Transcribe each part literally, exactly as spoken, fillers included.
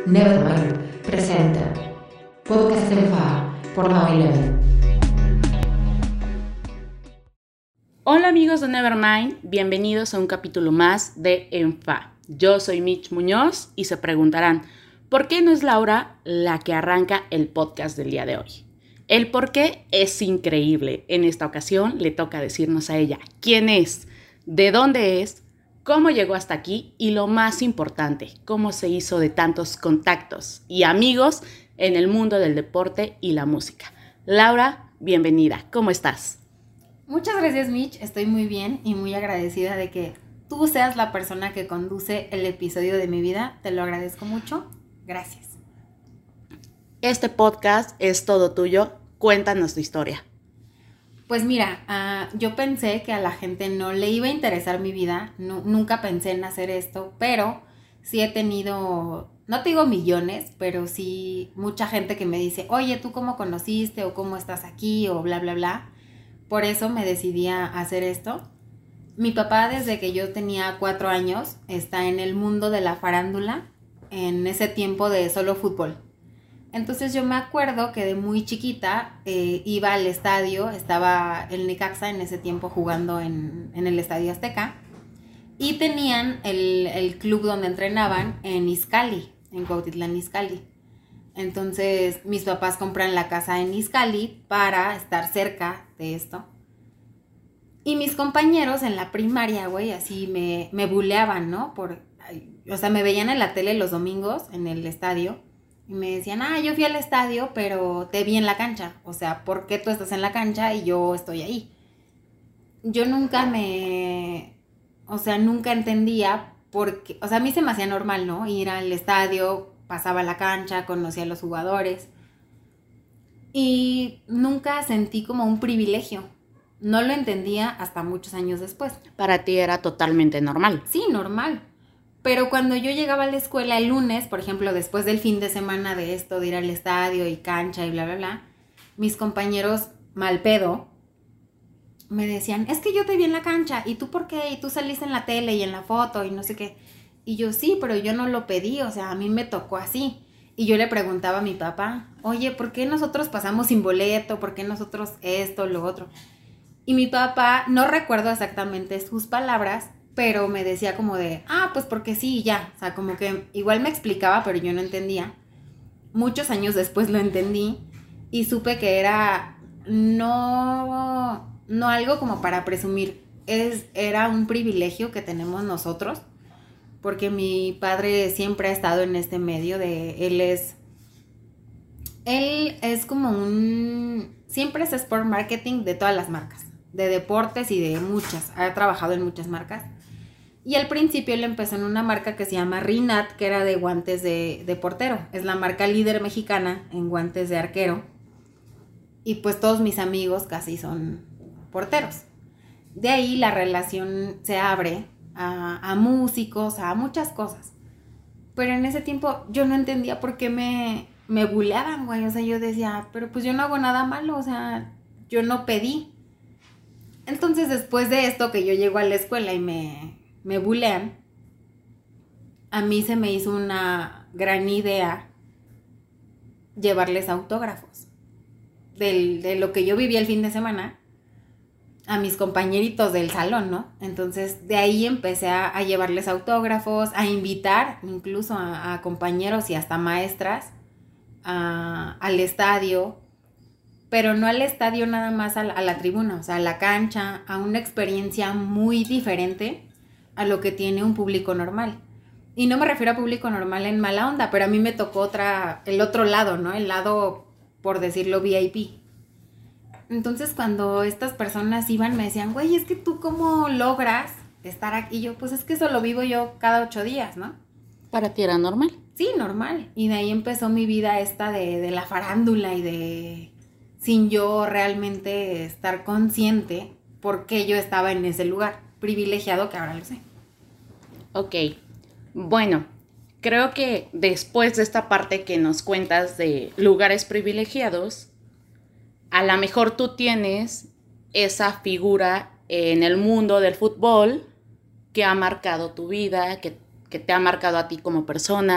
Nevermind presenta Podcast en Fa por Now Eleven. Hola amigos de Nevermind, bienvenidos a un capítulo más de En Fa. Yo soy Mitch Muñoz y se preguntarán, ¿por qué no es Laura la que arranca el podcast del día de hoy? El por qué es increíble. En esta ocasión le toca decirnos a ella quién es, de dónde es, cómo llegó hasta aquí y lo más importante, cómo se hizo de tantos contactos y amigos en el mundo del deporte y la música. Laura, bienvenida. ¿Cómo estás? Muchas gracias, Mitch. Estoy muy bien y muy agradecida de que tú seas la persona que conduce el episodio de mi vida. Te lo agradezco mucho. Gracias. Este podcast es todo tuyo. Cuéntanos tu historia. Pues mira, uh, yo pensé que a la gente no le iba a interesar mi vida. No, nunca pensé en hacer esto, pero sí he tenido, no te digo millones, pero sí mucha gente que me dice, oye, ¿tú cómo conociste? O ¿cómo estás aquí? O bla, bla, bla. Por eso me decidí a hacer esto. Mi papá, desde que yo tenía cuatro años, está en el mundo de la farándula, en ese tiempo de solo fútbol. Entonces yo me acuerdo que de muy chiquita eh, iba al estadio, estaba el Necaxa en ese tiempo jugando en, en el Estadio Azteca, y tenían el, el club donde entrenaban en Izcalli, en Cuautitlán Izcalli. Entonces mis papás compran la casa en Izcalli para estar cerca de esto. Y mis compañeros en la primaria, güey, así me, me buleaban, ¿no? Por, o sea, me veían en la tele los domingos en el estadio y me decían, ah, yo fui al estadio, pero te vi en la cancha. O sea, ¿por qué tú estás en la cancha y yo estoy ahí? Yo nunca me... O sea, nunca entendía por qué... O sea, a mí se me hacía normal, ¿no? Ir al estadio, pasaba a la cancha, conocía a los jugadores. Y nunca sentí como un privilegio. No lo entendía hasta muchos años después. Para ti era totalmente normal. Sí, normal. Pero cuando yo llegaba a la escuela el lunes, por ejemplo, después del fin de semana de esto, de ir al estadio y cancha y bla, bla, bla, mis compañeros mal pedo me decían, es que yo te vi en la cancha, ¿y tú por qué? Y tú saliste en la tele y en la foto y no sé qué. Y yo, sí, pero yo no lo pedí, o sea, a mí me tocó así. Y yo le preguntaba a mi papá, oye, ¿por qué nosotros pasamos sin boleto? ¿Por qué nosotros esto, lo otro? Y mi papá, no recuerdo exactamente sus palabras, pero me decía como de, ah, pues porque sí, ya. O sea, como que igual me explicaba, pero yo no entendía. Muchos años después lo entendí y supe que era no, no algo como para presumir. Es, era un privilegio que tenemos nosotros, porque mi padre siempre ha estado en este medio de, él es, él es como un, siempre es sport marketing de todas las marcas, de deportes y de muchas, ha trabajado en muchas marcas. Y al principio él empezó en una marca que se llama Rinat, que era de guantes de, de portero. Es la marca líder mexicana en guantes de arquero. Y pues todos mis amigos casi son porteros. De ahí la relación se abre a, a músicos, a muchas cosas. Pero en ese tiempo yo no entendía por qué me, me buleaban, güey. O sea, yo decía, pero pues yo no hago nada malo, o sea, yo no pedí. Entonces después de esto que yo llego a la escuela y me... me bulean, a mí se me hizo una gran idea llevarles autógrafos del, de lo que yo viví el fin de semana a mis compañeritos del salón, ¿no? Entonces de ahí empecé a, a llevarles autógrafos, a invitar incluso a, a compañeros y hasta maestras a, al estadio, pero no al estadio nada más a la, a la tribuna, o sea, a la cancha, a una experiencia muy diferente a lo que tiene un público normal. Y no me refiero a público normal en mala onda, pero a mí me tocó otra, el otro lado, ¿no? El lado, por decirlo, V I P. Entonces, cuando estas personas iban, me decían, güey, es que tú cómo logras estar aquí. Y yo, pues es que eso lo vivo yo cada ocho días, ¿no? ¿Para ti era normal? Sí, normal. Y de ahí empezó mi vida esta de, de la farándula y de, sin yo realmente estar consciente por qué yo estaba en ese lugar privilegiado, que ahora lo sé. Ok, bueno, creo que después de esta parte que nos cuentas de lugares privilegiados, a lo mejor tú tienes esa figura en el mundo del fútbol que ha marcado tu vida, que, que te ha marcado a ti como persona,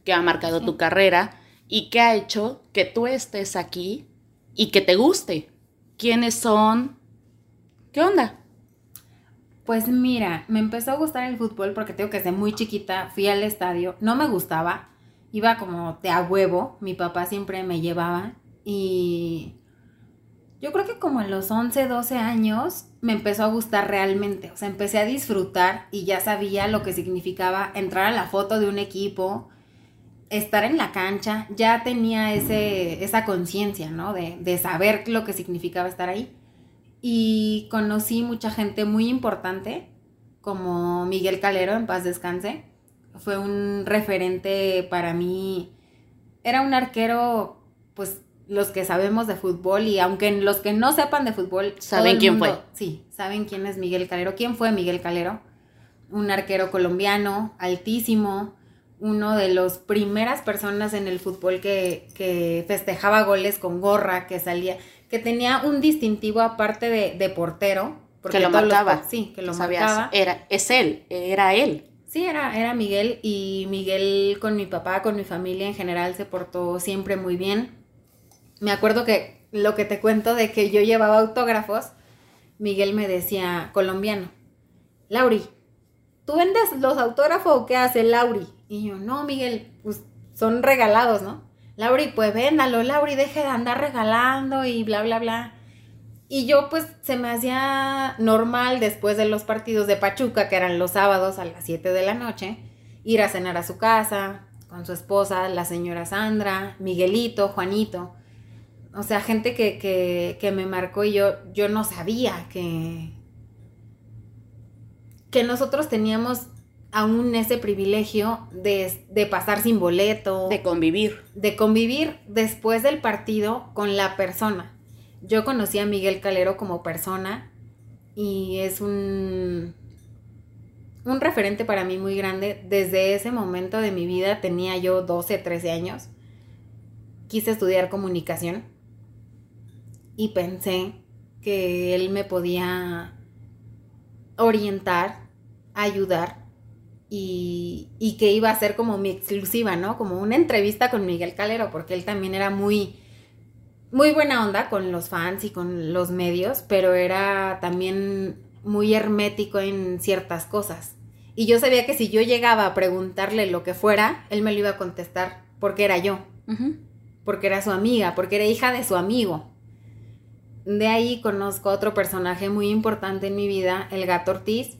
que ha marcado Sí. tu carrera y que ha hecho que tú estés aquí y que te guste. ¿Quiénes son? ¿Qué onda? Pues mira, me empezó a gustar el fútbol porque tengo que desde muy chiquita fui al estadio, no me gustaba, iba como de a huevo, mi papá siempre me llevaba y yo creo que como a los once, doce años me empezó a gustar realmente, o sea, empecé a disfrutar y ya sabía lo que significaba entrar a la foto de un equipo, estar en la cancha, ya tenía ese, esa conciencia, ¿no? De, de saber lo que significaba estar ahí. Y conocí mucha gente muy importante, como Miguel Calero, en paz descanse. Fue un referente para mí. Era un arquero, pues los que sabemos de fútbol y aunque los que no sepan de fútbol, ¿Saben todo el quién mundo, fue? Sí, saben quién es Miguel Calero. ¿Quién fue Miguel Calero? Un arquero colombiano, altísimo, uno de las primeras personas en el fútbol que, que festejaba goles con gorra, que salía, que tenía un distintivo aparte de, de portero. Que lo todos los- marcaba. sí, que lo Sabías, marcaba. Era, es él, era él. Sí, era, era Miguel y Miguel con mi papá, con mi familia en general se portó siempre muy bien. Me acuerdo que lo que te cuento de que yo llevaba autógrafos, Miguel me decía, colombiano, Lauri, ¿tú vendes los autógrafos o qué hace Lauri? Y yo, no, Miguel, pues son regalados, ¿no? Lauri, pues véndalo, Lauri, deje de andar regalando y bla, bla, bla. Y yo pues se me hacía normal después de los partidos de Pachuca, que eran los sábados a las siete de la noche, ir a cenar a su casa con su esposa, la señora Sandra, Miguelito, Juanito. O sea, gente que, que, que me marcó y yo, yo no sabía que, que nosotros teníamos aún ese privilegio de, de pasar sin boleto, De convivir. de convivir después del partido con la persona. Yo conocí a Miguel Calero como persona y es un, un referente para mí muy grande. Desde ese momento de mi vida, tenía yo doce, trece años, quise estudiar comunicación y pensé que él me podía orientar, ayudar y, y que iba a ser como mi exclusiva, ¿no? Como una entrevista con Miguel Calero, porque él también era muy... muy buena onda con los fans y con los medios, pero era también muy hermético en ciertas cosas. Y yo sabía que si yo llegaba a preguntarle lo que fuera, él me lo iba a contestar porque era yo, Uh-huh. porque era su amiga, porque era hija de su amigo. De ahí conozco a otro personaje muy importante en mi vida, el Gato Ortiz.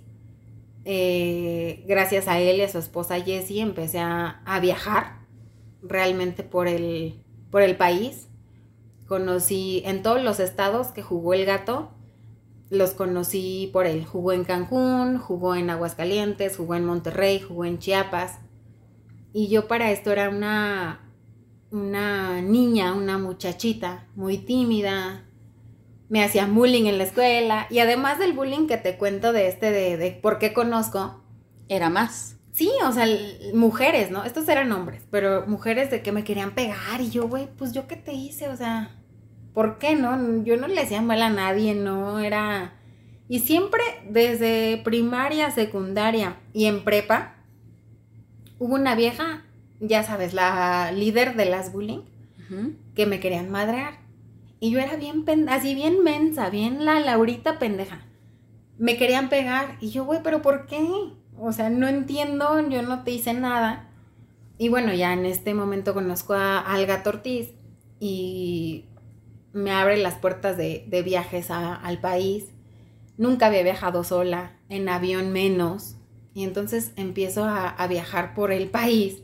Eh, gracias a él y a su esposa Jessie empecé a, a viajar realmente por el, por el país. Conocí en todos los estados que jugó el Gato, los conocí por él. Jugó en Cancún, jugó en Aguascalientes, jugó en Monterrey, jugó en Chiapas. Y yo para esto era una, una niña, una muchachita muy tímida. Me hacían bullying en la escuela. Y además del bullying que te cuento de este, de, de por qué conozco, Era más. sí, o sea, mujeres, ¿no? Estos eran hombres, pero mujeres de que me querían pegar y yo, güey, pues yo qué te hice, o sea, ¿por qué no? Yo no le hacía mal a nadie, no era... Y siempre desde primaria, secundaria y en prepa, hubo una vieja, ya sabes, la líder de las bullying, Uh-huh. que me querían madrear. Y yo era bien, pen- así bien mensa, bien la Laurita pendeja. Me querían pegar y yo, güey, ¿pero por qué? O sea, no entiendo, yo no te hice nada. Y bueno, ya en este momento conozco a, al Gato Ortiz y me abre las puertas de, de viajes a, al país. Nunca había viajado sola, en avión menos. Y entonces empiezo a, a viajar por el país.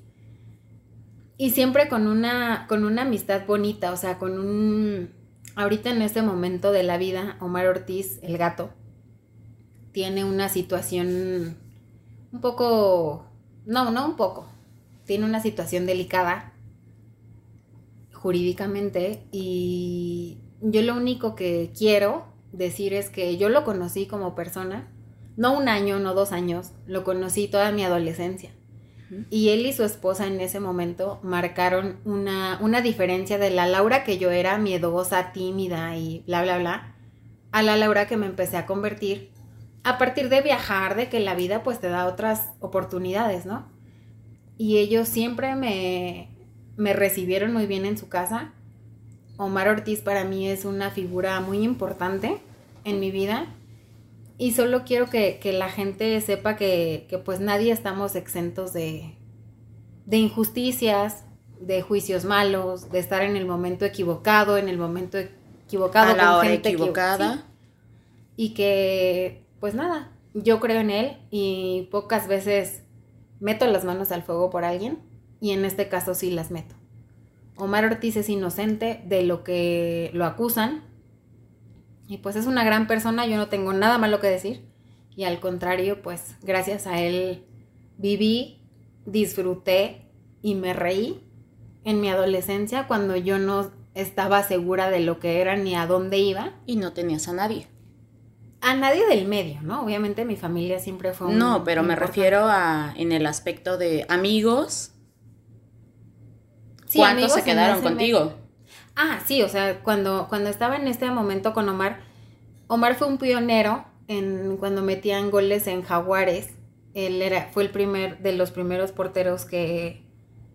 Y siempre con una, con una amistad bonita, o sea, con un... Ahorita en este momento de la vida, Omar Ortiz, el Gato, tiene una situación un poco... No, no un poco. Tiene una situación delicada jurídicamente y yo lo único que quiero decir es que yo lo conocí como persona, no un año, no dos años, lo conocí toda mi adolescencia. Y él y su esposa en ese momento marcaron una, una diferencia de la Laura que yo era miedosa, tímida y bla, bla, bla, a la Laura que me empecé a convertir a partir de viajar, de que la vida pues te da otras oportunidades, ¿no? y ellos siempre me, me recibieron muy bien en su casa. Omar Ortiz para mí es una figura muy importante en mi vida y solo quiero que, que la gente sepa que, que pues nadie estamos exentos de, de injusticias, de juicios malos, de estar en el momento equivocado, en el momento equivocado a la con hora gente equivocada. Sí. Y que pues nada, yo creo en él y pocas veces meto las manos al fuego por alguien y en este caso sí las meto. Omar Ortiz es inocente de lo que lo acusan y pues es una gran persona, yo no tengo nada malo que decir y al contrario, pues gracias a él viví, disfruté y me reí en mi adolescencia cuando yo no estaba segura de lo que era ni a dónde iba. Y no tenías a nadie. A nadie del medio, ¿no? Obviamente mi familia siempre fue un... No, pero un me importante. refiero a en el aspecto de amigos. Sí, ¿Cuántos amigos se quedaron en ese contigo? me- Ah, sí, o sea, cuando, cuando estaba en este momento con Omar, Omar fue un pionero en cuando metían goles en Jaguares. Él era, fue el primer, de los primeros porteros que,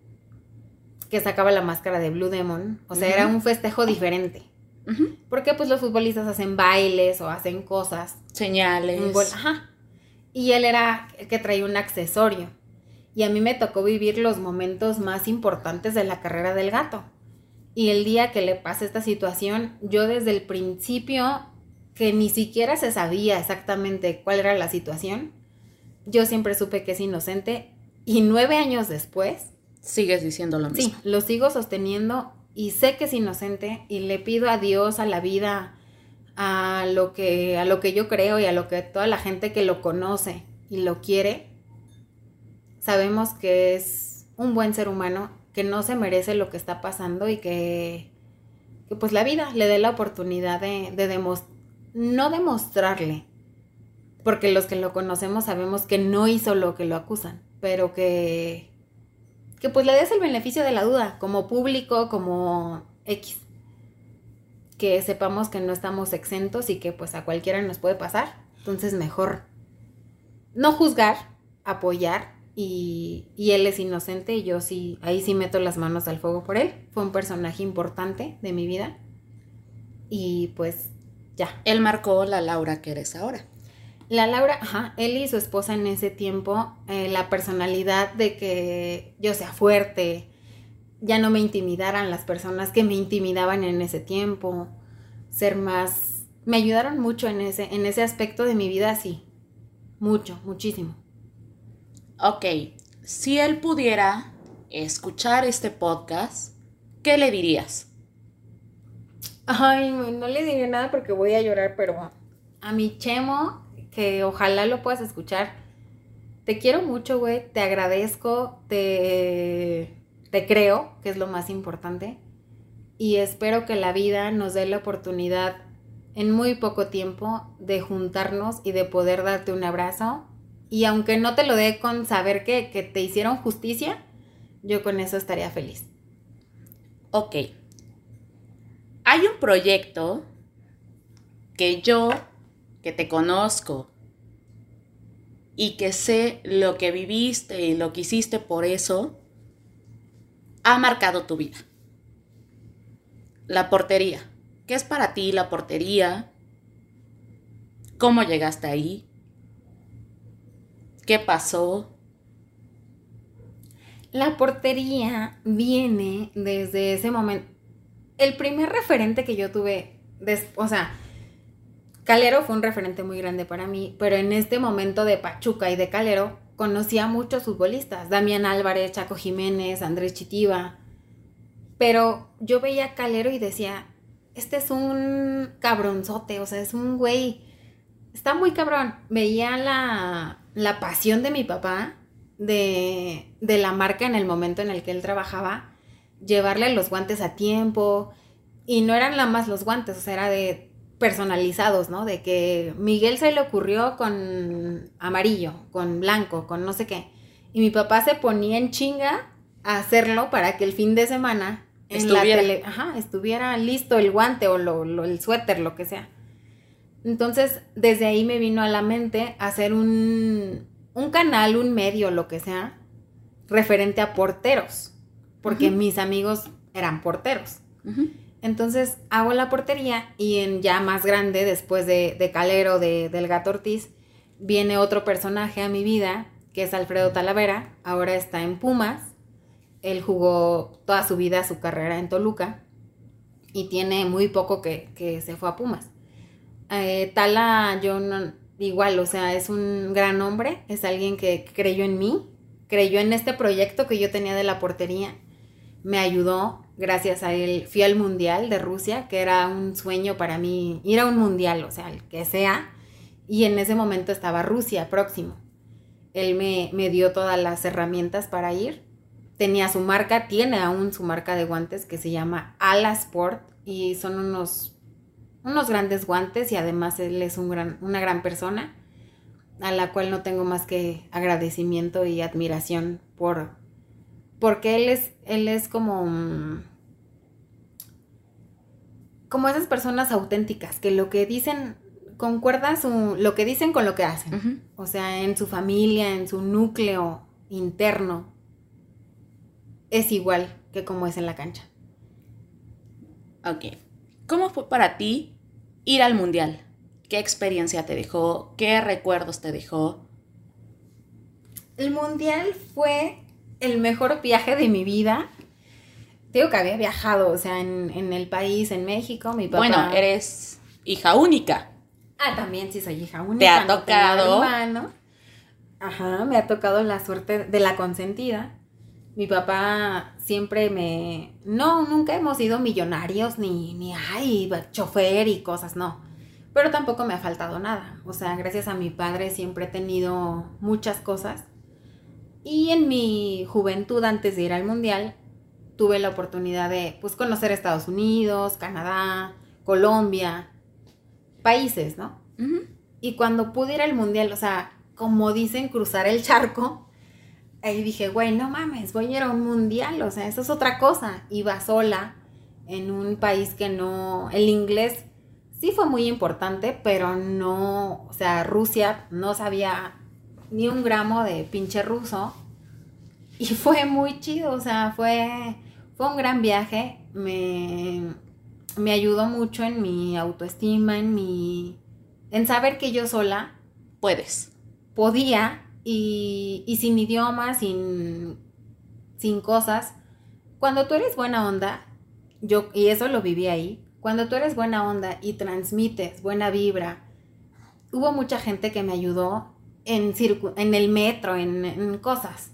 que sacaba la máscara de Blue Demon. O sea, Ujú. era un festejo diferente. Ujú. Porque pues los futbolistas hacen bailes o hacen cosas. Señales. Un gol, ajá. Y él era el que traía un accesorio. Y a mí me tocó vivir los momentos más importantes de la carrera del gato. Y el día que le pasa esta situación, yo desde el principio, que ni siquiera se sabía exactamente cuál era la situación, yo siempre supe que es inocente. Y nueve años después, Sigues diciendo lo mismo. sí, lo sigo sosteniendo y sé que es inocente y le pido a Dios, a la vida, a lo que, a lo que yo creo y a lo que toda la gente que lo conoce y lo quiere, sabemos que es un buen ser humano, que no se merece lo que está pasando y que, que pues la vida le dé la oportunidad de, de demostrar, no demostrarle, porque los que lo conocemos sabemos que no hizo lo que lo acusan, pero que, que pues le des el beneficio de la duda, como público, como X. Que sepamos que no estamos exentos y que pues a cualquiera nos puede pasar. Entonces mejor no juzgar, apoyar y, y él es inocente y yo sí, ahí sí meto las manos al fuego por él. Fue un personaje importante de mi vida y pues ya. Él marcó la Laura que eres ahora. La Laura, ajá, él y su esposa en ese tiempo, eh, la personalidad de que yo sea fuerte, ya no me intimidaran las personas que me intimidaban en ese tiempo, ser más, me ayudaron mucho en ese, en ese aspecto de mi vida, sí, mucho, muchísimo. Ok, si él pudiera escuchar este podcast, ¿qué le dirías? Ay, no le diré nada porque voy a llorar, pero a mi Chemo, que ojalá lo puedas escuchar, te quiero mucho, güey, te agradezco, te... Te creo, que es lo más importante, y espero que la vida nos dé la oportunidad en muy poco tiempo de juntarnos y de poder darte un abrazo. Y aunque no te lo dé con saber que, que te hicieron justicia, yo con eso estaría feliz. Ok. Hay un proyecto que yo, que te conozco y que sé lo que viviste y lo que hiciste por eso, ha marcado tu vida. La portería. ¿Qué es para ti la portería? ¿Cómo llegaste ahí? ¿Qué pasó? La portería viene desde ese momento. El primer referente que yo tuve, des, o sea, Calero fue un referente muy grande para mí, pero en este momento de Pachuca y de Calero, conocí a muchos futbolistas, Damián Álvarez, Chaco Jiménez, Andrés Chitiva, pero yo veía a Calero y decía, este es un cabronzote, o sea, es un güey, está muy cabrón. Veía la, la pasión de mi papá, de, de la marca en el momento en el que él trabajaba, llevarle los guantes a tiempo, y no eran nada más los guantes, o sea, era de personalizados, ¿no? De que Miguel se le ocurrió con amarillo, con blanco, con no sé qué. Y mi papá se ponía en chinga a hacerlo para que el fin de semana en Estuviera. la tele, ajá, estuviera listo el guante o lo, lo, el suéter, lo que sea. Entonces, desde ahí me vino a la mente hacer un, un canal, un medio, lo que sea, referente a porteros, porque Uh-huh. mis amigos eran porteros. Uh-huh. Entonces hago la portería y en ya más grande, después de, de Calero, de, del Gato Ortiz, viene otro personaje a mi vida, que es Alfredo Talavera. Ahora está en Pumas. Él jugó toda su vida, su carrera en Toluca, y tiene muy poco que, que se fue a Pumas. Eh, Tala, yo no, igual, o sea, es un gran hombre, es alguien que creyó en mí, creyó en este proyecto que yo tenía de la portería, me ayudó, gracias a él fui al Mundial de Rusia, que era un sueño para mí, ir a un Mundial, o sea, el que sea, y en ese momento estaba Rusia próximo. Él me, me dio todas las herramientas para ir. Tenía su marca, tiene aún su marca de guantes que se llama Ala Sport, y son unos, unos grandes guantes, y además él es un gran, una gran persona a la cual no tengo más que agradecimiento y admiración por, porque él es, él es como, como esas personas auténticas que lo que dicen concuerda su, lo que dicen con lo que hacen. Uh-huh. O sea, en su familia, en su núcleo interno, es igual que como es en la cancha. Ok. ¿Cómo fue para ti ir al Mundial? ¿Qué experiencia te dejó? ¿Qué recuerdos te dejó? El Mundial fue el mejor viaje de mi vida. Digo que había viajado, o sea, en, en el país, en México, mi papá... Bueno, eres hija única. Ah, también sí soy hija única. ¿Te ha tocado? No, Ajá, me ha tocado la suerte de la consentida. Mi papá siempre me... No, nunca hemos sido millonarios, ni, ni ay, chofer y cosas, no. Pero tampoco me ha faltado nada. O sea, gracias a mi padre siempre he tenido muchas cosas. Y en mi juventud, antes de ir al Mundial, tuve la oportunidad de, pues, conocer Estados Unidos, Canadá, Colombia, países, ¿no? Uh-huh. Y cuando pude ir al Mundial, o sea, como dicen, cruzar el charco... Ahí dije, güey, no mames, voy a ir a un mundial, o sea, eso es otra cosa. Iba sola en un país que no... El inglés sí fue muy importante, pero no... O sea, Rusia no sabía ni un gramo de pinche ruso. Y fue muy chido, o sea, fue, fue un gran viaje. Me, me ayudó mucho en mi autoestima, en mi... En saber que yo sola... Puedes. Podía... Y, y sin idioma, sin, sin cosas. Cuando tú eres buena onda, yo, y eso lo viví ahí, cuando tú eres buena onda y transmites buena vibra, hubo mucha gente que me ayudó en, circu- en el metro, en, en cosas,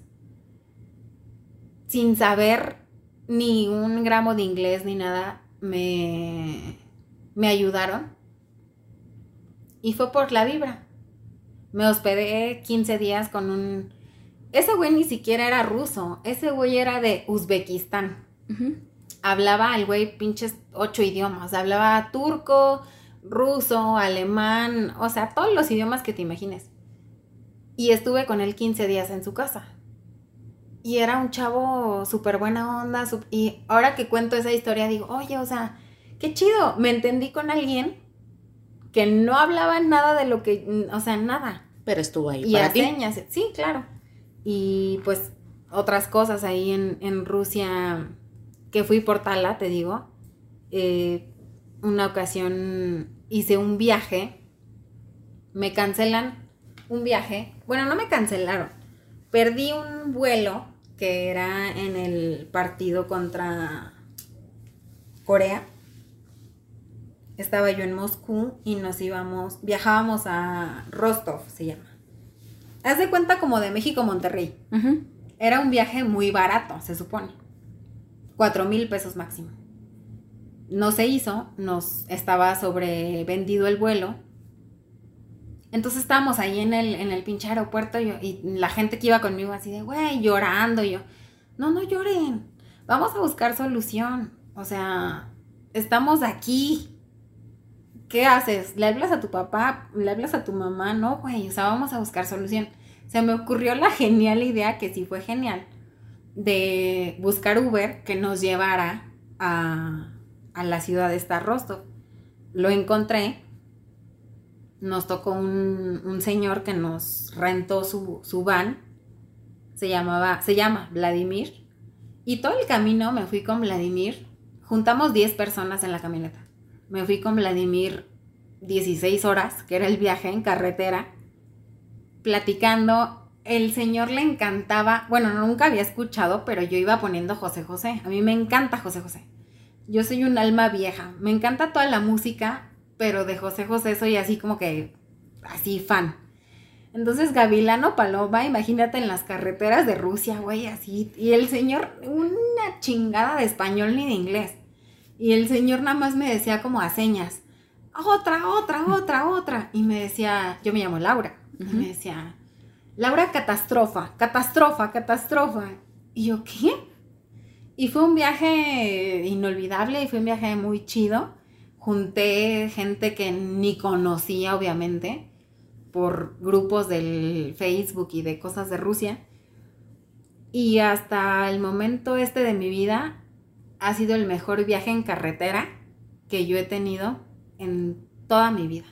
sin saber ni un gramo de inglés ni nada, me, me ayudaron, y fue por la vibra. Me hospedé quince días con un... Ese güey ni siquiera era ruso. Ese güey era de Uzbekistán. Uh-huh. Hablaba el güey pinches ocho idiomas. Hablaba turco, ruso, alemán. O sea, todos los idiomas que te imagines. Y estuve con él quince días en su casa. Y era un chavo súper buena onda. Super, y ahora que cuento esa historia digo, oye, o sea, qué chido. Me entendí con alguien que no hablaba nada de lo que... O sea, nada. Pero estuvo ahí y para a ti. señas, sí, claro. Y pues otras cosas ahí en, en Rusia, que fui por Tala, te digo. Eh, una ocasión hice un viaje, me cancelan un viaje. Bueno, no me cancelaron. Perdí un vuelo que era en el partido contra Corea. Estaba yo en Moscú y nos íbamos, viajábamos a Rostov, se llama. Haz de cuenta como de México a Monterrey. Uh-huh. Era un viaje muy barato, se supone. Cuatro mil pesos máximo. No se hizo, nos estaba sobrevendido el vuelo. Entonces estábamos ahí en el, en el pinche aeropuerto y, y la gente que iba conmigo así de, güey, llorando. Y yo, no, no lloren, vamos a buscar solución. O sea, estamos aquí. ¿Qué haces? ¿Le hablas a tu papá? ¿Le hablas a tu mamá? No, güey, o sea, vamos a buscar solución. Se me ocurrió la genial idea, que sí fue genial, de buscar Uber que nos llevara a, a la ciudad de esta Rostov. Lo encontré, nos tocó un, un señor que nos rentó su, su van, se se llamaba, se llama Vladimir, y todo el camino me fui con Vladimir, juntamos diez personas en la camioneta, me fui con Vladimir dieciséis horas, que era el viaje en carretera, platicando. El señor le encantaba, bueno, nunca había escuchado, pero yo iba poniendo José José. A mí me encanta José José. Yo soy un alma vieja. Me encanta toda la música, pero de José José soy así como que, así fan. Entonces, Gavilano Paloma, imagínate en las carreteras de Rusia, güey, así. Y el señor, una chingada de español ni de inglés. Y el señor nada más me decía como a señas, otra, otra, otra, otra. Y me decía, yo me llamo Laura. Uh-huh. Y me decía, Laura Catastrofa, Catastrofa, Catastrofa. Y yo, ¿qué? Y fue un viaje inolvidable y fue un viaje muy chido. Junté gente que ni conocía, obviamente, por grupos del Facebook y de cosas de Rusia. Y hasta el momento este de mi vida ha sido el mejor viaje en carretera que yo he tenido en toda mi vida.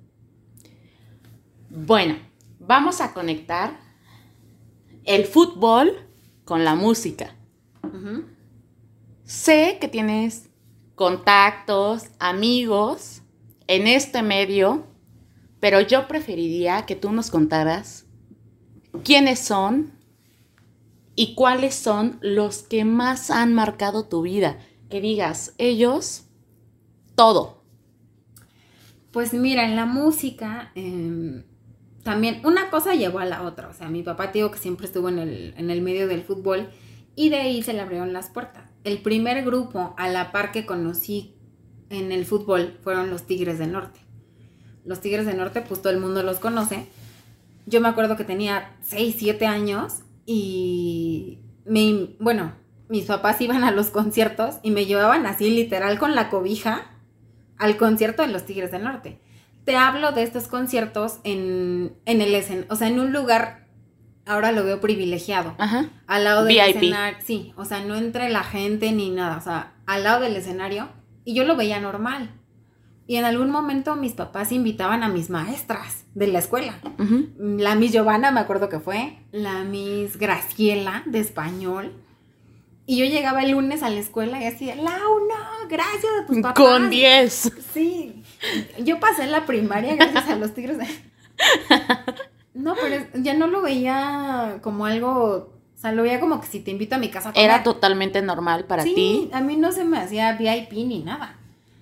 Bueno, vamos a conectar el fútbol con la música. Uh-huh. Sé que tienes contactos, amigos en este medio, pero yo preferiría que tú nos contaras quiénes son y cuáles son los que más han marcado tu vida. Que digas, ellos, todo. Pues mira, en la música, eh, también una cosa llevó a la otra. O sea, mi papá, tío, que siempre estuvo en el, en el medio del fútbol, y de ahí se le abrieron las puertas. El primer grupo a la par que conocí en el fútbol fueron los Tigres del Norte. Los Tigres del Norte, pues todo el mundo los conoce. Yo me acuerdo que tenía seis, siete años y, me, bueno, mis papás iban a los conciertos y me llevaban así literal con la cobija al concierto de los Tigres del Norte. Te hablo de estos conciertos en, en el escenario, o sea, en un lugar, ahora lo veo privilegiado. Ajá. Al lado del V I P. escenario. Sí, o sea, no entre la gente ni nada, o sea, al lado del escenario. Y yo lo veía normal. Y en algún momento mis papás invitaban a mis maestras de la escuela. Uh-huh. La Miss Giovanna, me acuerdo que fue. La Miss Graciela, de español. Y yo llegaba el lunes a la escuela y así, Lau, no, gracias a tus papás. Con diez. Sí. Yo pasé la primaria gracias a los Tigres de... No, pero ya no lo veía como algo... O sea, lo veía como que si te invito a mi casa a comer. Era totalmente normal para sí, ti. Sí, a mí no se me hacía V I P ni nada.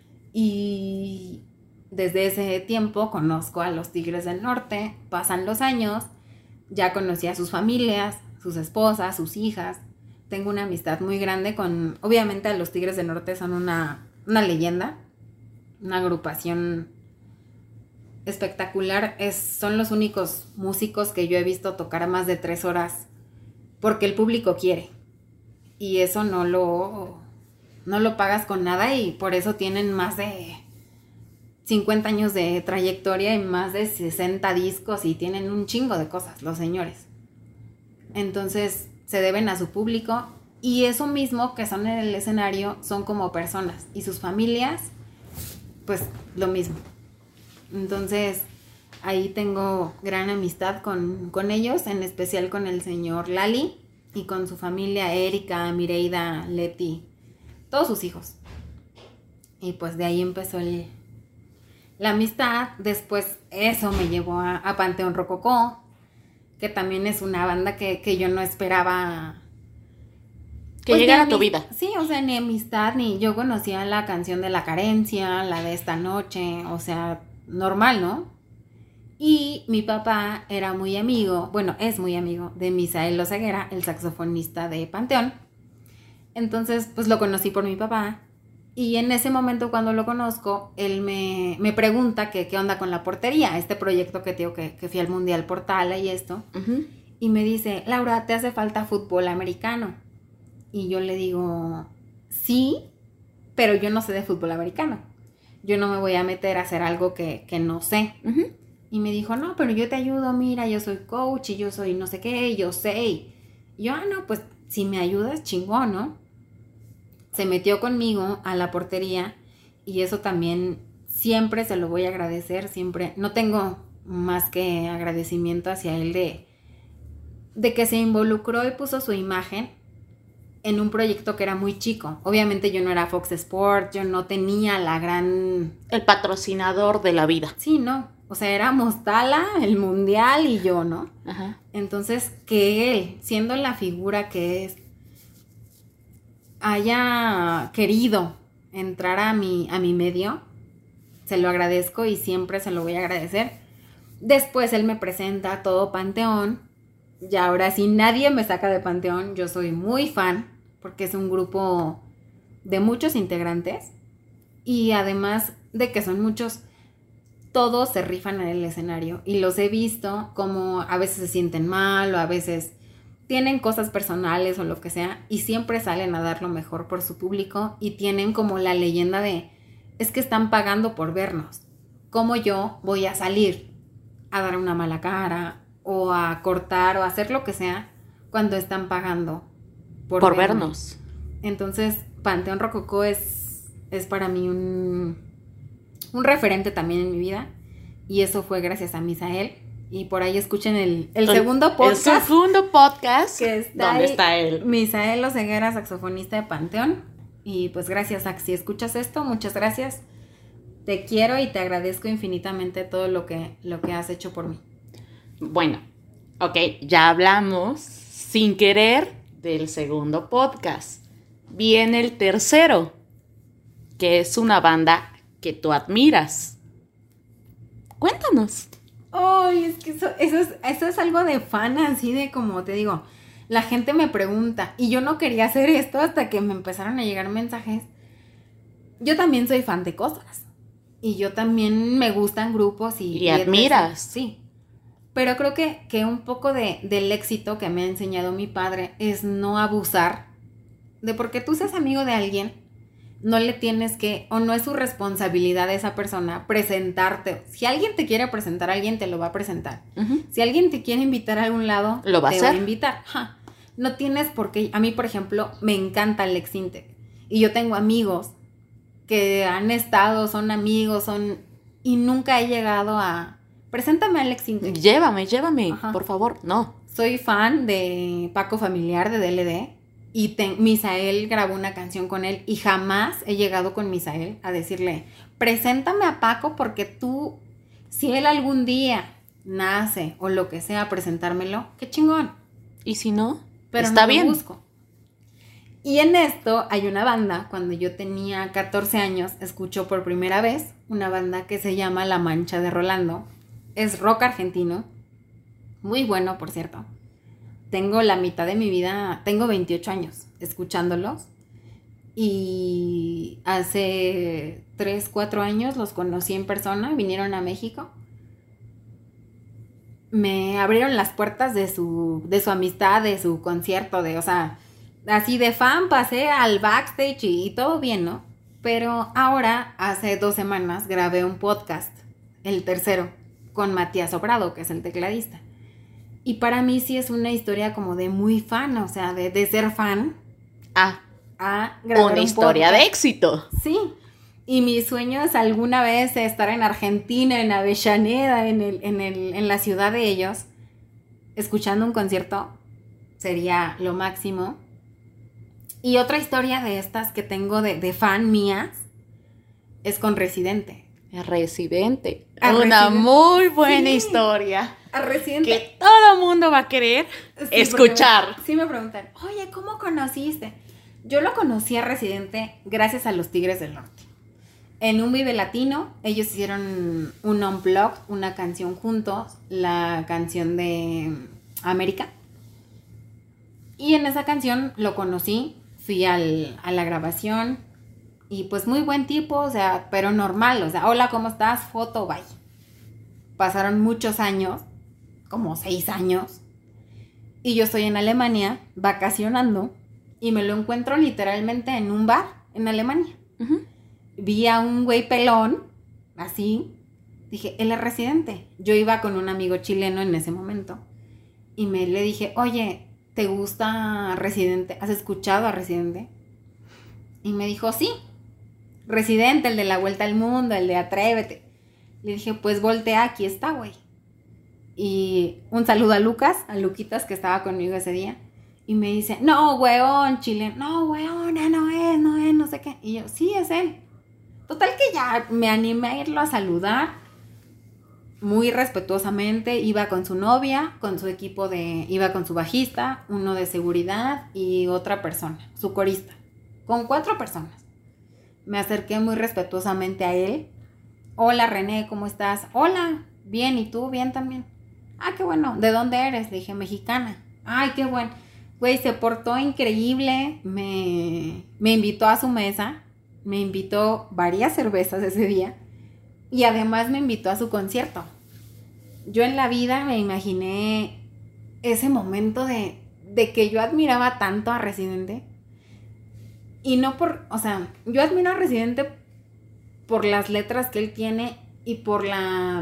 Y desde ese tiempo conozco a los Tigres del Norte. Pasan los años, ya conocí a sus familias, sus esposas, sus hijas. Tengo una amistad muy grande con... Obviamente los Tigres del Norte son una, una leyenda, una agrupación espectacular. Es, son los únicos músicos que yo he visto tocar más de tres horas porque el público quiere. Y eso no lo, no lo pagas con nada y por eso tienen más de cincuenta años de trayectoria y más de sesenta discos y tienen un chingo de cosas, los señores. Entonces se deben a su público y eso mismo que son en el escenario son como personas y sus familias, pues lo mismo. Entonces ahí tengo gran amistad con, con ellos, en especial con el señor Lali y con su familia, Erika, Mireida, Leti, todos sus hijos. Y pues de ahí empezó el, la amistad. Después eso me llevó a, a Panteón Rococó, que también es una banda que, que yo no esperaba que pues llegara a tu vida. Sí, o sea, ni amistad, ni yo conocía la canción de La Carencia, la de Esta Noche, o sea, normal, ¿no? Y mi papá era muy amigo, bueno, es muy amigo de Misael Oseguera, el saxofonista de Panteón. Entonces, pues lo conocí por mi papá. Y en ese momento cuando lo conozco, él me, me pregunta que qué onda con la portería, este proyecto que tengo que, que fui al Mundial Portala y esto. Uh-huh. Y me dice, Laura, ¿te hace falta fútbol americano? Y yo le digo, sí, pero yo no sé de fútbol americano. Yo no me voy a meter a hacer algo que, que no sé. Uh-huh. Y me dijo, no, pero yo te ayudo, mira, yo soy coach y yo soy no sé qué, yo sé. Y yo, ah, no, pues si me ayudas, chingón, ¿no? Se metió conmigo a la portería y eso también siempre se lo voy a agradecer, siempre. No tengo más que agradecimiento hacia él de, de que se involucró y puso su imagen en un proyecto que era muy chico. Obviamente yo no era Fox Sports, yo no tenía la gran... El patrocinador de la vida. Sí, no. O sea, éramos Tala, el Mundial y yo, ¿no? Ajá. Entonces, que él, siendo la figura que es, haya querido entrar a mi, a mi medio, se lo agradezco y siempre se lo voy a agradecer. Después él me presenta a todo Panteón. Y ahora sí, nadie me saca de Panteón. Yo soy muy fan porque es un grupo de muchos integrantes. Y además de que son muchos, todos se rifan en el escenario. Y los he visto como a veces se sienten mal o a veces tienen cosas personales o lo que sea. Y siempre salen a dar lo mejor por su público. Y tienen como la leyenda de, es que están pagando por vernos. ¿Cómo yo voy a salir a dar una mala cara o a cortar o a hacer lo que sea cuando están pagando por, por vernos? vernos? Entonces, Panteón Rococó es, es para mí un, un referente también en mi vida. Y eso fue gracias a Misael. Y por ahí escuchen el, el, el segundo podcast. El segundo podcast. Que está ¿Dónde ahí, está él? Misael Oseguera, saxofonista de Panteón. Y pues gracias, Sax. Si escuchas esto, muchas gracias. Te quiero y te agradezco infinitamente todo lo que, lo que has hecho por mí. Bueno, ok, ya hablamos sin querer del segundo podcast. Viene el tercero, que es una banda que tú admiras. Cuéntanos. Ay, es que eso, eso, es, eso es algo de fan, así de como te digo, la gente me pregunta, y yo no quería hacer esto hasta que me empezaron a llegar mensajes. Yo también soy fan de cosas, y yo también me gustan grupos y... Y, y admiras. Sí, pero creo que, que un poco de, del éxito que me ha enseñado mi padre es no abusar de porque tú seas amigo de alguien, no le tienes que, o no es su responsabilidad de esa persona presentarte. Si alguien te quiere presentar a alguien, te lo va a presentar. Uh-huh. Si alguien te quiere invitar a algún lado, lo va te a hacer. va a invitar. Ja. No tienes por qué. A mí, por ejemplo, me encanta Alex Intec. Y yo tengo amigos que han estado, son amigos, son... Y nunca he llegado a... Preséntame a Alex Intec. Llévame, llévame, Ajá. por favor. No. Soy fan de Paco Familiar, de D L D. Y te, Misael grabó una canción con él y jamás he llegado con Misael a decirle, preséntame a Paco porque tú, si él algún día nace o lo que sea, presentármelo, qué chingón. ¿Y si no? Pero está no bien. Lo busco. Y en esto hay una banda, cuando yo tenía catorce años, escucho por primera vez una banda que se llama La Mancha de Rolando. Es rock argentino, muy bueno, por cierto. Tengo la mitad de mi vida, tengo veintiocho años escuchándolos y hace tres, cuatro años los conocí en persona, vinieron a México. Me abrieron las puertas de su, de su amistad, de su concierto, de, o sea, así de fan pasé al backstage y, y todo bien, ¿no? Pero ahora, hace dos semanas, grabé un podcast, el tercero, con Matías Obrado, que es el tecladista. Y para mí sí es una historia como de muy fan, o sea, de, de ser fan ah, a grabar una un historia podcast. De éxito. Sí, y mi sueño es alguna vez estar en Argentina, en Avellaneda, en, el, en, el, en la ciudad de ellos, escuchando un concierto, sería lo máximo. Y otra historia de estas que tengo de, de fan mías es con Residente. Residente. A Una Residente. Muy buena Sí. historia. A Residente. Que todo el mundo va a querer sí, escuchar. Me, sí me preguntan, oye, ¿cómo conociste? Yo lo conocí a Residente gracias a los Tigres del Norte. En un Vive Latino, ellos hicieron un unplugged, una canción juntos, la canción de América. Y en esa canción lo conocí, fui al, a la grabación y pues muy buen tipo, o sea, pero normal, o sea, hola, ¿cómo estás? Foto, bye. Pasaron muchos años, como seis años, y yo estoy en Alemania vacacionando y me lo encuentro literalmente en un bar en Alemania. Uh-huh. Vi a un güey pelón, así, dije, él es Residente. Yo iba con un amigo chileno en ese momento y me le dije, oye, ¿te gusta Residente? ¿Has escuchado a Residente? Y me dijo, sí, Residente, el de La Vuelta al Mundo, el de Atrévete. Le dije, pues voltea, aquí está, güey. Y un saludo a Lucas, a Luquitas, que estaba conmigo ese día. Y me dice, no, weón, chileno. No, weón, no es, no es, no sé qué. Y yo, sí, es él. Total que ya me animé a irlo a saludar. Muy respetuosamente. Iba con su novia, con su equipo de... Iba con su bajista, uno de seguridad y otra persona, su corista. Con cuatro personas. Me acerqué muy respetuosamente a él. Hola, René, ¿cómo estás? Hola, bien, ¿y tú? Bien también. Ah, qué bueno. ¿De dónde eres? Le dije, mexicana. Ay, qué bueno. Güey, se portó increíble. Me, me invitó a su mesa. Me invitó varias cervezas ese día. Y además me invitó a su concierto. Yo en la vida me imaginé ese momento de, de que yo admiraba tanto a Residente. Y no por, o sea, yo admiro a Residente por las letras que él tiene y por la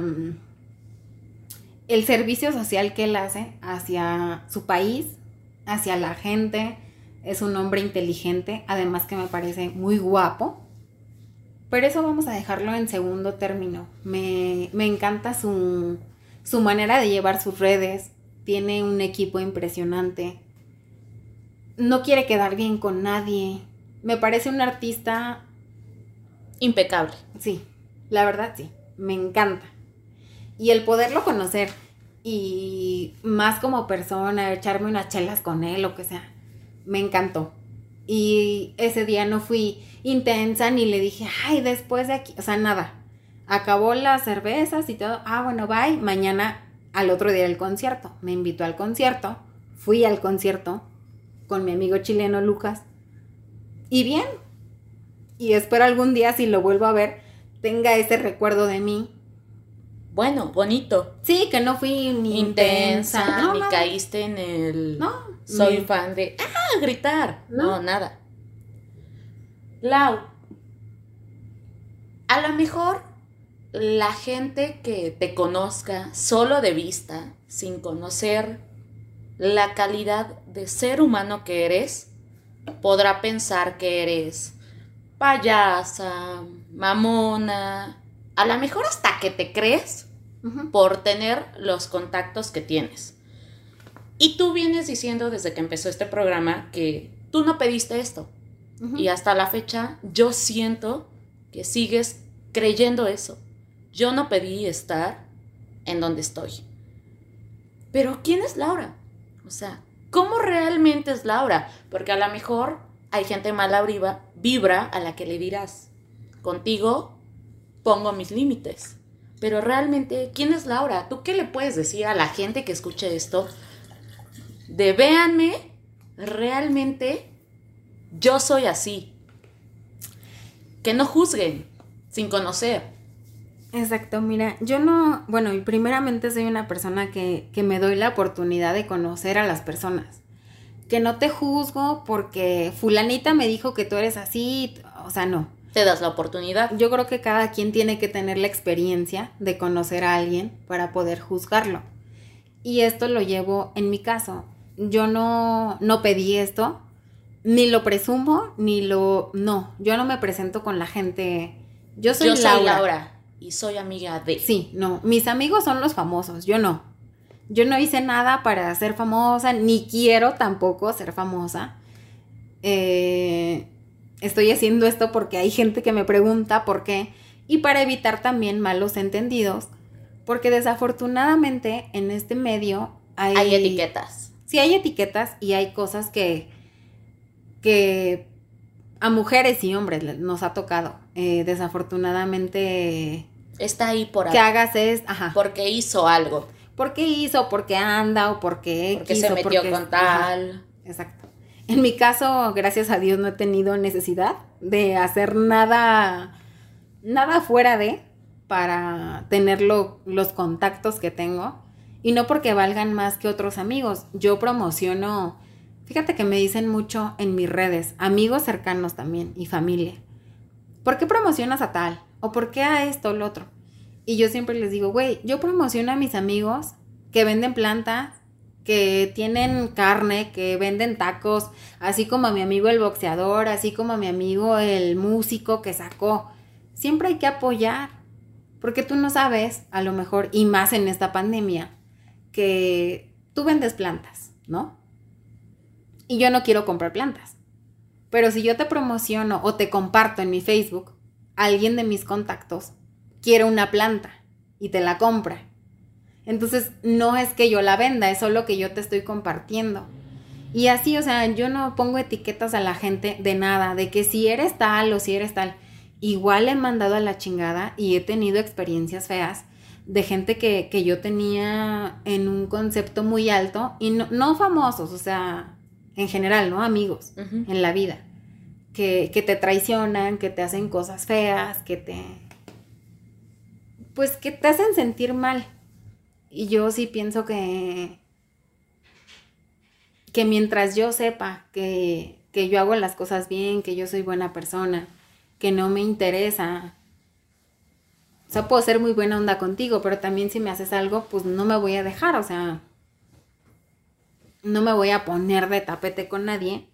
el servicio social que él hace hacia su país, hacia la gente. Es un hombre inteligente, además que me parece muy guapo. Pero eso vamos a dejarlo en segundo término. Me, me encanta su, su manera de llevar sus redes. Tiene un equipo impresionante. No quiere quedar bien con nadie. Me parece un artista impecable. Sí, la verdad sí. Me encanta. Y el poderlo conocer y más como persona, echarme unas chelas con él, lo que sea, me encantó. Y ese día no fui intensa ni le dije, ay, después de aquí, o sea, nada. Acabó las cervezas y todo. Ah, bueno, bye. Mañana, al otro día del concierto. Me invitó al concierto. Fui al concierto con mi amigo chileno Lucas. Y bien. Y espero algún día, si lo vuelvo a ver, tenga ese recuerdo de mí. Bueno, bonito. Sí, que no fui ni intensa, intensa no, ni no. caíste en el No, soy ni... fan de ¡ah! Gritar. No. No. no, nada. Lau, a lo mejor la gente que te conozca solo de vista, sin conocer la calidad de ser humano que eres, podrá pensar que eres payasa, mamona, a lo mejor hasta que te crees uh-huh. por tener los contactos que tienes. Y tú vienes diciendo desde que empezó este programa que tú no pediste esto. Uh-huh. Y hasta la fecha yo siento que sigues creyendo eso. Yo no pedí estar en donde estoy. Pero ¿quién es Laura? O sea, ¿cómo realmente es Laura? Porque a lo mejor hay gente mala vibra a la que le dirás, contigo pongo mis límites. Pero realmente, ¿quién es Laura? ¿Tú qué le puedes decir a la gente que escuche esto? De véanme, realmente yo soy así. Que no juzguen sin conocer. Exacto, mira, yo no, bueno, y primeramente soy una persona que, que me doy la oportunidad de conocer a las personas. Que no te juzgo porque fulanita me dijo que tú eres así, o sea, no. Te das la oportunidad. Yo creo que cada quien tiene que tener la experiencia de conocer a alguien para poder juzgarlo. Y esto lo llevo en mi caso. Yo no, no pedí esto, ni lo presumo, ni lo... No, yo no me presento con la gente... Yo soy, yo soy Laura. Laura y soy amiga de... Sí, no, mis amigos son los famosos, yo no. Yo no hice nada para ser famosa, ni quiero tampoco ser famosa. Eh, estoy haciendo esto porque hay gente que me pregunta por qué. Y para evitar también malos entendidos. Porque desafortunadamente en este medio hay... Hay etiquetas. Sí, hay etiquetas y hay cosas que... que a mujeres y hombres nos ha tocado. Eh, desafortunadamente... Está ahí por ahí. Que hagas es... Ajá. Porque hizo algo. Porque hizo, porque anda, o porque Porque quiso, se metió porque... con tal. Ajá, exacto. En mi caso, gracias a Dios, no he tenido necesidad de hacer nada, nada fuera de, para tener lo, los contactos que tengo. Y no porque valgan más que otros amigos. Yo promociono, fíjate que me dicen mucho en mis redes, amigos cercanos también y familia. ¿Por qué promocionas a tal? ¿O por qué a esto o lo otro? Y yo siempre les digo, güey, yo promociono a mis amigos que venden plantas, que tienen carne, que venden tacos, así como a mi amigo el boxeador, así como a mi amigo el músico que sacó. Siempre hay que apoyar, porque tú no sabes, a lo mejor, y más en esta pandemia, que tú vendes plantas, ¿no? Y yo no quiero comprar plantas. Pero si yo te promociono o te comparto en mi Facebook, alguien de mis contactos quiere una planta y te la compra. Entonces, no es que yo la venda, es solo que yo te estoy compartiendo. Y así, o sea, yo no pongo etiquetas a la gente de nada, de que si eres tal o si eres tal. Igual he mandado a la chingada y he tenido experiencias feas de gente que, que yo tenía en un concepto muy alto y no, no famosos, o sea, en general, ¿no? Amigos, uh-huh, en la vida, que, que te traicionan, que te hacen cosas feas, que te... pues que te hacen sentir mal. Y yo sí pienso que... que mientras yo sepa que, que yo hago las cosas bien, que yo soy buena persona, que no me interesa... O sea, puedo ser muy buena onda contigo, pero también si me haces algo, pues no me voy a dejar, o sea... no me voy a poner de tapete con nadie.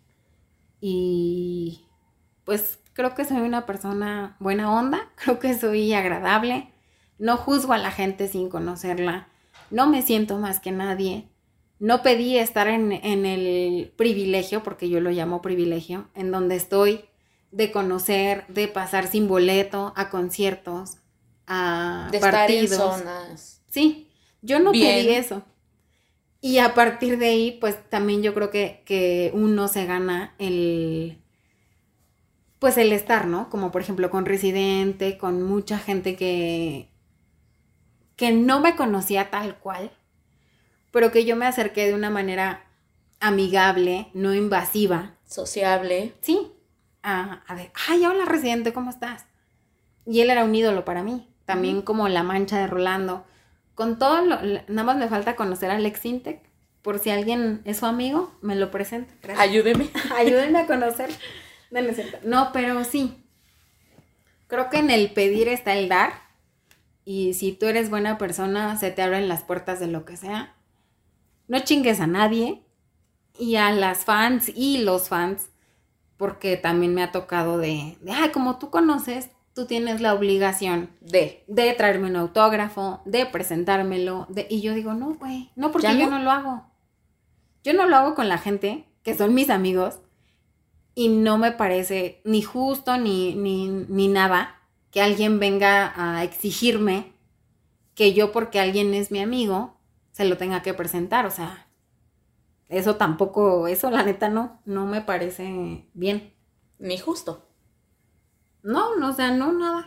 Y pues creo que soy una persona buena onda, creo que soy agradable, no juzgo a la gente sin conocerla, no me siento más que nadie, no pedí estar en, en el privilegio, porque yo lo llamo privilegio, en donde estoy, de conocer, de pasar sin boleto a conciertos, a de partidos. Estar en zonas. Sí, yo no Bien. pedí eso. Y a partir de ahí, pues también yo creo que, que uno se gana el, pues el estar, ¿no? Como por ejemplo con Residente, con mucha gente que, que no me conocía tal cual, pero que yo me acerqué de una manera amigable, no invasiva. Sociable. Sí, a, a ver, ay, hola Residente, ¿cómo estás? Y él era un ídolo para mí, también uh-huh, como La Mancha de Rolando. Con todo, lo, nada más me falta conocer a Alex Intec. Por si alguien es su amigo, me lo presenta. Gracias. Ayúdeme. Ayúdenme a conocer. No, no, pero sí. Creo que en el pedir está el dar. Y si tú eres buena persona, se te abren las puertas de lo que sea. No chingues a nadie. Y a las fans y los fans. Porque también me ha tocado de, de ay, como tú conoces, tú tienes la obligación de, de traerme un autógrafo, de presentármelo, de, y yo digo, no, güey, no, porque yo no? no lo hago. Yo no lo hago con la gente, que son mis amigos, y no me parece ni justo ni, ni, ni nada que alguien venga a exigirme que yo, porque alguien es mi amigo, se lo tenga que presentar, o sea, eso tampoco, eso la neta no, no me parece bien. Ni justo. No, no, o sea, no, nada.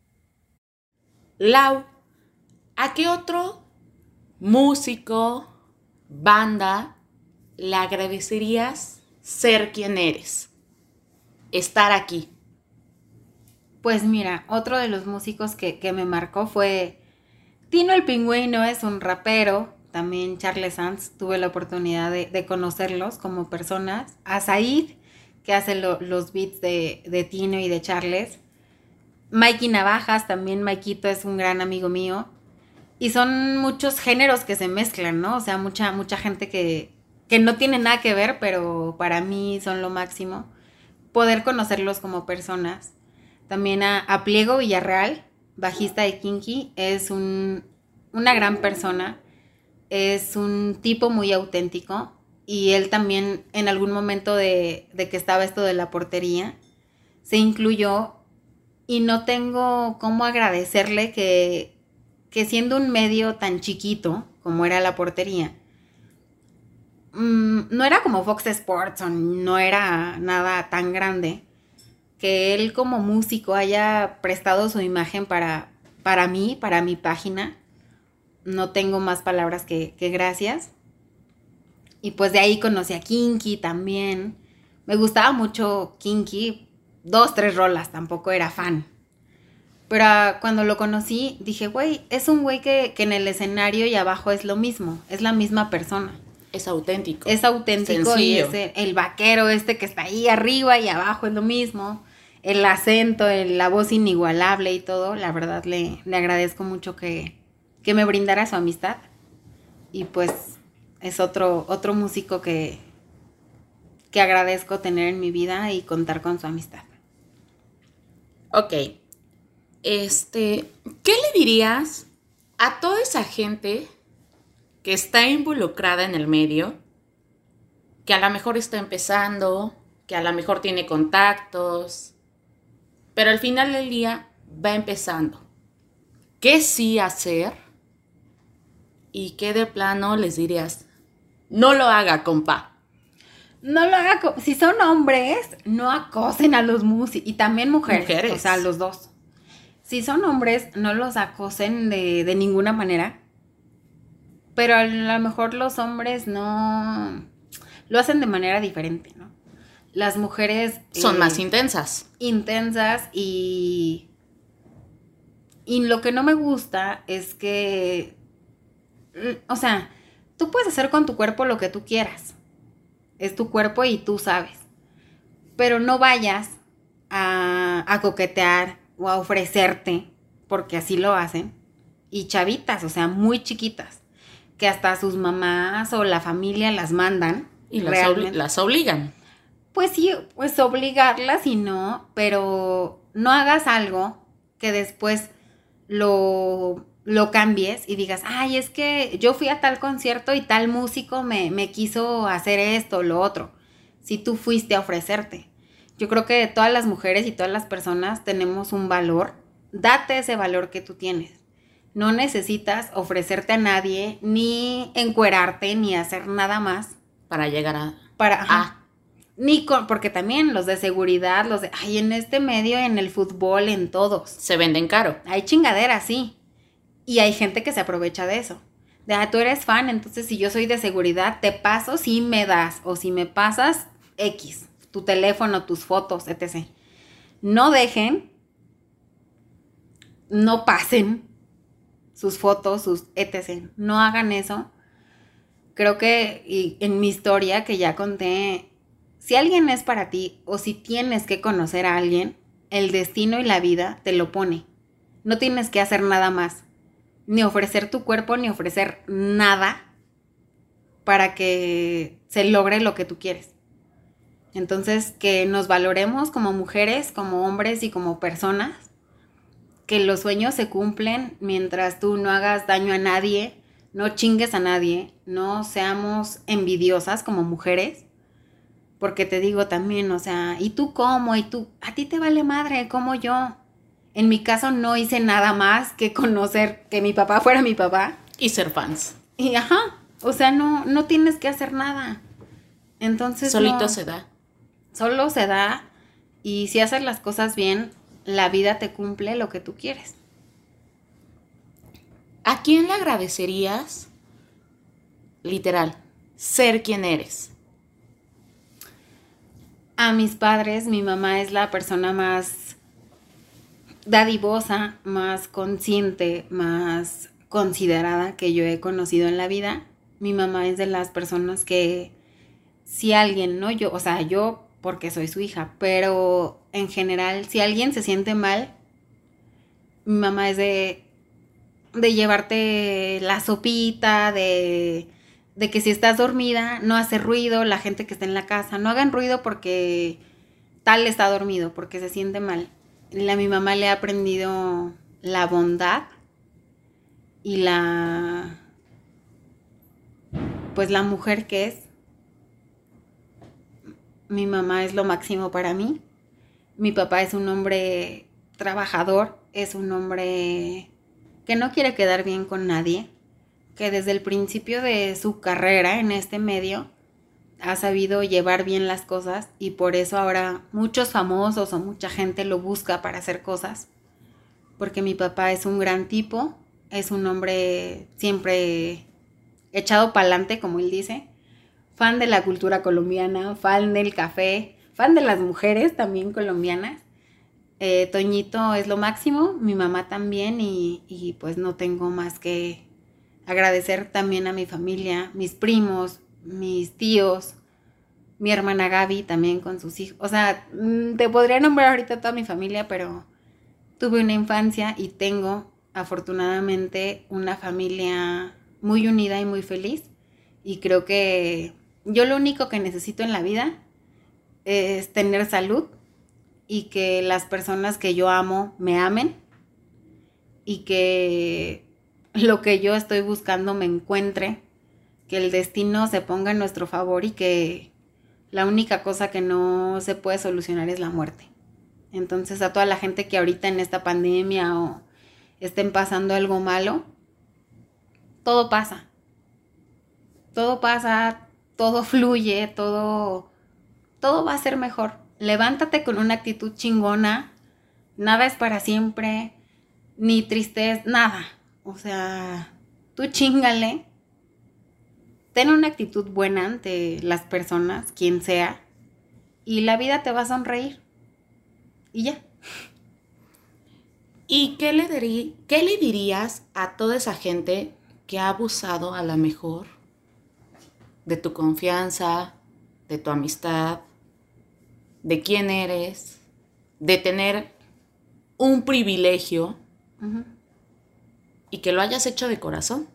Lau, ¿a qué otro músico, banda, le agradecerías ser quien eres? Estar aquí. Pues mira, otro de los músicos que, que me marcó fue Tino el Pingüino, es un rapero. También Charles Sanz, tuve la oportunidad de, de conocerlos como personas. A Said, que hace lo, los beats de, de Tino y de Charles. Mikey Navajas, también Maikito es un gran amigo mío. Y son muchos géneros que se mezclan, ¿no? O sea, mucha, mucha gente que, que no tiene nada que ver, pero para mí son lo máximo. Poder conocerlos como personas. También a, a Pliego Villarreal, bajista de Kinky, es un, una gran persona. Es un tipo muy auténtico. Y él también, en algún momento de, de que estaba esto de la portería, se incluyó. Y no tengo cómo agradecerle que, que siendo un medio tan chiquito como era la portería, mmm, no era como Fox Sports o no era nada tan grande, que él como músico haya prestado su imagen para, para mí, para mi página. No tengo más palabras que, que gracias. Y pues de ahí conocí a Kinky también. Me gustaba mucho Kinky. Dos, tres rolas, tampoco era fan. Pero cuando lo conocí, dije, güey, es un güey que, que en el escenario y abajo es lo mismo. Es la misma persona. Es auténtico. Es auténtico. Sencillo. Y es el, el vaquero este que está ahí arriba y abajo es lo mismo. El acento, el, la voz inigualable y todo. La verdad le, le agradezco mucho que, que me brindara su amistad. Y pues es otro, otro músico que, que agradezco tener en mi vida y contar con su amistad. Ok. Este, ¿qué le dirías a toda esa gente que está involucrada en el medio, que a lo mejor está empezando, que a lo mejor tiene contactos, pero al final del día va empezando. ¿Qué sí hacer? ¿Y qué de plano les dirías? No lo haga, compa. No lo haga, co- si son hombres, no acosen a los músicos, y también mujeres, Mujeres. o sea, los dos. Si son hombres, no los acosen de, de ninguna manera, pero a lo mejor los hombres no lo hacen de manera diferente, ¿no? Las mujeres Son eh, más intensas. intensas y y lo que no me gusta es que, mm, o sea, tú puedes hacer con tu cuerpo lo que tú quieras. Es tu cuerpo y tú sabes. Pero no vayas a, a coquetear o a ofrecerte, porque así lo hacen. Y chavitas, o sea, muy chiquitas, que hasta sus mamás o la familia las mandan. Y las, realmente. obli- las obligan. Pues sí, pues obligarlas y no, pero no hagas algo que después lo, lo cambies y digas, ay, es que yo fui a tal concierto y tal músico me, me quiso hacer esto, lo otro. Si tú fuiste a ofrecerte. Yo creo que todas las mujeres y todas las personas tenemos un valor. Date ese valor que tú tienes. No necesitas ofrecerte a nadie, ni encuerarte, ni hacer nada más. Para llegar a... Para, ajá. Ah, Ni con, porque también los de seguridad, los de, ay, en este medio, en el fútbol, en todos. se venden caro. Hay chingaderas, sí. Y hay gente que se aprovecha de eso. De, ah, tú eres fan, entonces si yo soy de seguridad, te paso si me das. O si me pasas, X. Tu teléfono, tus fotos, etcétera. No dejen, no pasen sus fotos, sus etcétera. No hagan eso. Creo que y en mi historia que ya conté, si alguien es para ti o si tienes que conocer a alguien, el destino y la vida te lo pone. No tienes que hacer nada más. Ni ofrecer tu cuerpo, ni ofrecer nada para que se logre lo que tú quieres. Entonces, que nos valoremos como mujeres, como hombres y como personas. Que los sueños se cumplen mientras tú no hagas daño a nadie, no chingues a nadie, no seamos envidiosas como mujeres. Porque te digo también, o sea, ¿y tú cómo? ¿Y tú? A ti te vale madre, como yo. En mi caso no hice nada más que conocer que mi papá fuera mi papá. Y ser fans. Y ajá, o sea, no, no tienes que hacer nada. Entonces Solito no, se da. solo se da, y si haces las cosas bien, la vida te cumple lo que tú quieres. ¿A quién le agradecerías, literal, ser quien eres? A mis padres, mi mamá es la persona más dadivosa, más consciente, más considerada que yo he conocido en la vida. Mi mamá es de las personas que si alguien, ¿no? Yo, o sea, yo porque soy su hija, pero en general, si alguien se siente mal, mi mamá es de, de llevarte la sopita, de, de que si estás dormida, no hace ruido, la gente que está en la casa, no hagan ruido porque tal está dormido, porque se siente mal. A mi mamá le ha aprendido la bondad y la, pues la mujer que es. Mi mamá es lo máximo para mí. Mi papá es un hombre trabajador, es un hombre que no quiere quedar bien con nadie, que desde el principio de su carrera en este medio ha sabido llevar bien las cosas y por eso ahora muchos famosos o mucha gente lo busca para hacer cosas, porque mi papá es un gran tipo, es un hombre siempre echado pa'lante, como él dice, fan de la cultura colombiana, fan del café, fan de las mujeres también colombianas. Eh, Toñito es lo máximo, mi mamá también, y, y pues no tengo más que agradecer también a mi familia, mis primos, mis tíos, mi hermana Gaby también con sus hijos. O sea, te podría nombrar ahorita toda mi familia, pero tuve una infancia y tengo afortunadamente una familia muy unida y muy feliz. Y creo que yo lo único que necesito en la vida es tener salud y que las personas que yo amo me amen y que lo que yo estoy buscando me encuentre que el destino se ponga en nuestro favor y que la única cosa que no se puede solucionar es la muerte. Entonces, a toda la gente que ahorita en esta pandemia o estén pasando algo malo, todo pasa. Todo pasa, todo fluye, todo, todo va a ser mejor. Levántate con una actitud chingona, nada es para siempre, ni tristeza, nada. O sea, tú chíngale, ten una actitud buena ante las personas, quien sea, y la vida te va a sonreír. Y ya. ¿Y qué le, dirí- qué le dirías a toda esa gente que ha abusado a lo mejor de tu confianza, de tu amistad, de quién eres, de tener un privilegio Uh-huh. y que lo hayas hecho de corazón?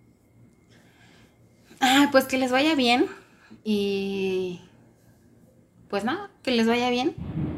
Ah, pues que les vaya bien y pues nada, que les vaya bien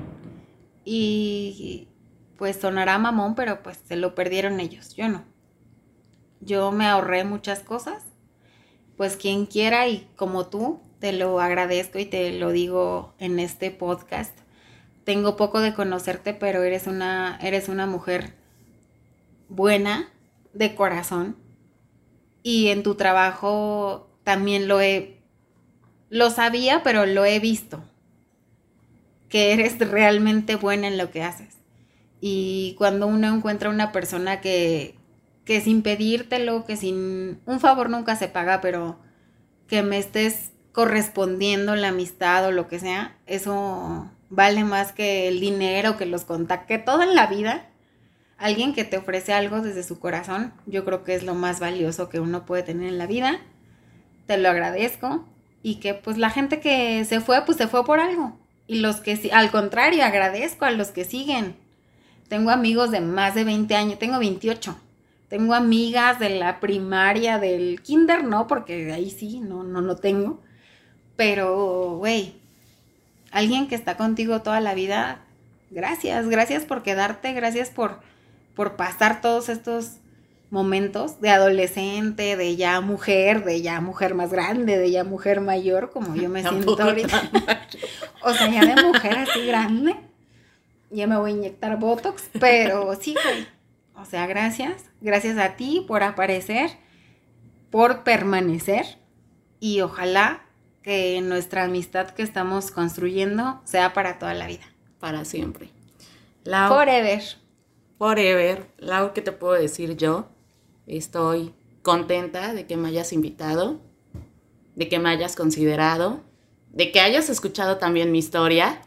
y pues sonará mamón, pero pues se lo perdieron ellos, yo no. Yo me ahorré muchas cosas, pues quien quiera y como tú, te lo agradezco y te lo digo en este podcast. Tengo poco de conocerte, pero eres una, eres una mujer buena, de corazón, y en tu trabajo también lo he, lo sabía, pero lo he visto, que eres realmente buena en lo que haces. Y cuando uno encuentra una persona que, que sin pedírtelo, que sin, un favor nunca se paga, pero que me estés correspondiendo la amistad o lo que sea, eso vale más que el dinero, que los contactos, que todo en la vida. Alguien que te ofrece algo desde su corazón, yo creo que es lo más valioso que uno puede tener en la vida. Te lo agradezco. Y que pues la gente que se fue, pues se fue por algo. Y los que, al contrario, agradezco a los que siguen. Tengo amigos de más de veinte años, tengo veintiocho. Tengo amigas de la primaria, del kinder, no, porque ahí sí, no, no, no tengo. Pero, güey, alguien que está contigo toda la vida, gracias, gracias por quedarte, gracias por... por pasar todos estos momentos de adolescente, de ya mujer, de ya mujer más grande, de ya mujer mayor, como yo me siento ahorita. O sea, ya de mujer así grande. Ya me voy a inyectar Botox, pero sí, güey. O sea, gracias. Gracias a ti por aparecer, por permanecer y ojalá que nuestra amistad que estamos construyendo sea para toda la vida. Para siempre. Lau, Forever. Forever. Lau, ¿qué te puedo decir yo? Estoy contenta de que me hayas invitado, de que me hayas considerado, de que hayas escuchado también mi historia.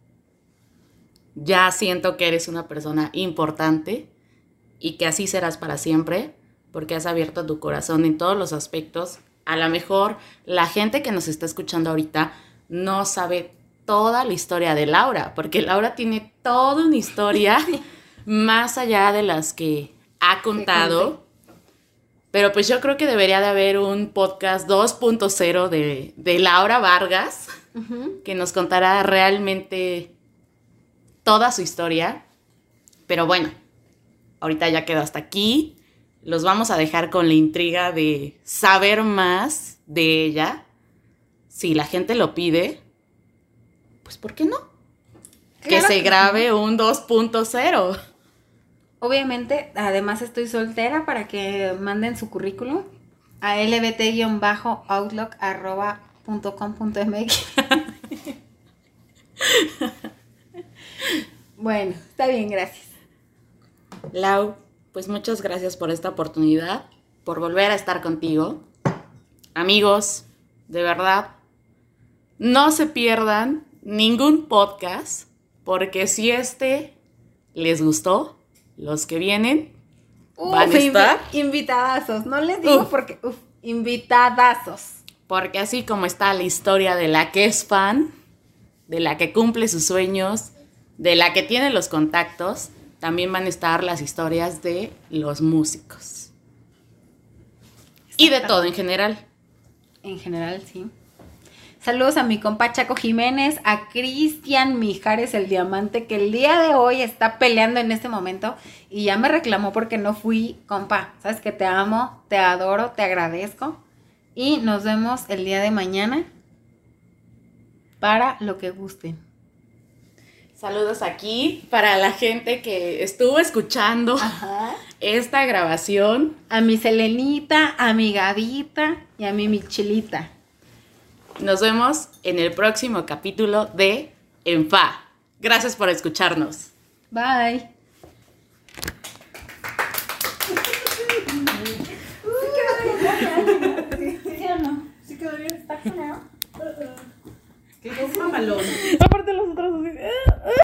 Ya siento que eres una persona importante y que así serás para siempre, porque has abierto tu corazón en todos los aspectos. A lo mejor la gente que nos está escuchando ahorita no sabe toda la historia de Laura, porque Laura tiene toda una historia más allá de las que ha contado. Pero pues yo creo que debería de haber un podcast dos punto cero de, de Laura Vargas, uh-huh, que nos contará realmente toda su historia. Pero bueno, ahorita ya quedó hasta aquí. Los vamos a dejar con la intriga de saber más de ella. Si la gente lo pide, pues ¿por qué no? Claro que se que grabe sí. Un dos punto cero. Obviamente, además estoy soltera para que manden su currículum a l b t outlook arroba punto com punto m x. Bueno, está bien, gracias. Lau, pues muchas gracias por esta oportunidad, por volver a estar contigo. Amigos, de verdad, no se pierdan ningún podcast, porque si este les gustó, los que vienen uf, van a estar invi- invitadazos, no les digo uf. porque uf, invitadazos. Porque así como está la historia de la que es fan, de la que cumple sus sueños, de la que tiene los contactos, también van a estar las historias de los músicos. Y de todo en general. En general, sí. Saludos a mi compa Chaco Jiménez, a Cristian Mijares, el diamante, que el día de hoy está peleando en este momento y ya me reclamó porque no fui. Compa, sabes que te amo, te adoro, te agradezco Y nos vemos el día de mañana para lo que gusten. Saludos aquí para la gente que estuvo escuchando Ajá. esta grabación. A mi Selenita, a mi Gavita y a mi Michelita. Nos vemos en el próximo capítulo de Enfa. Gracias por escucharnos. Bye. ¿Sí o no? ¿Sí quedó bien? ¿Está claro? ¡Qué mamalón!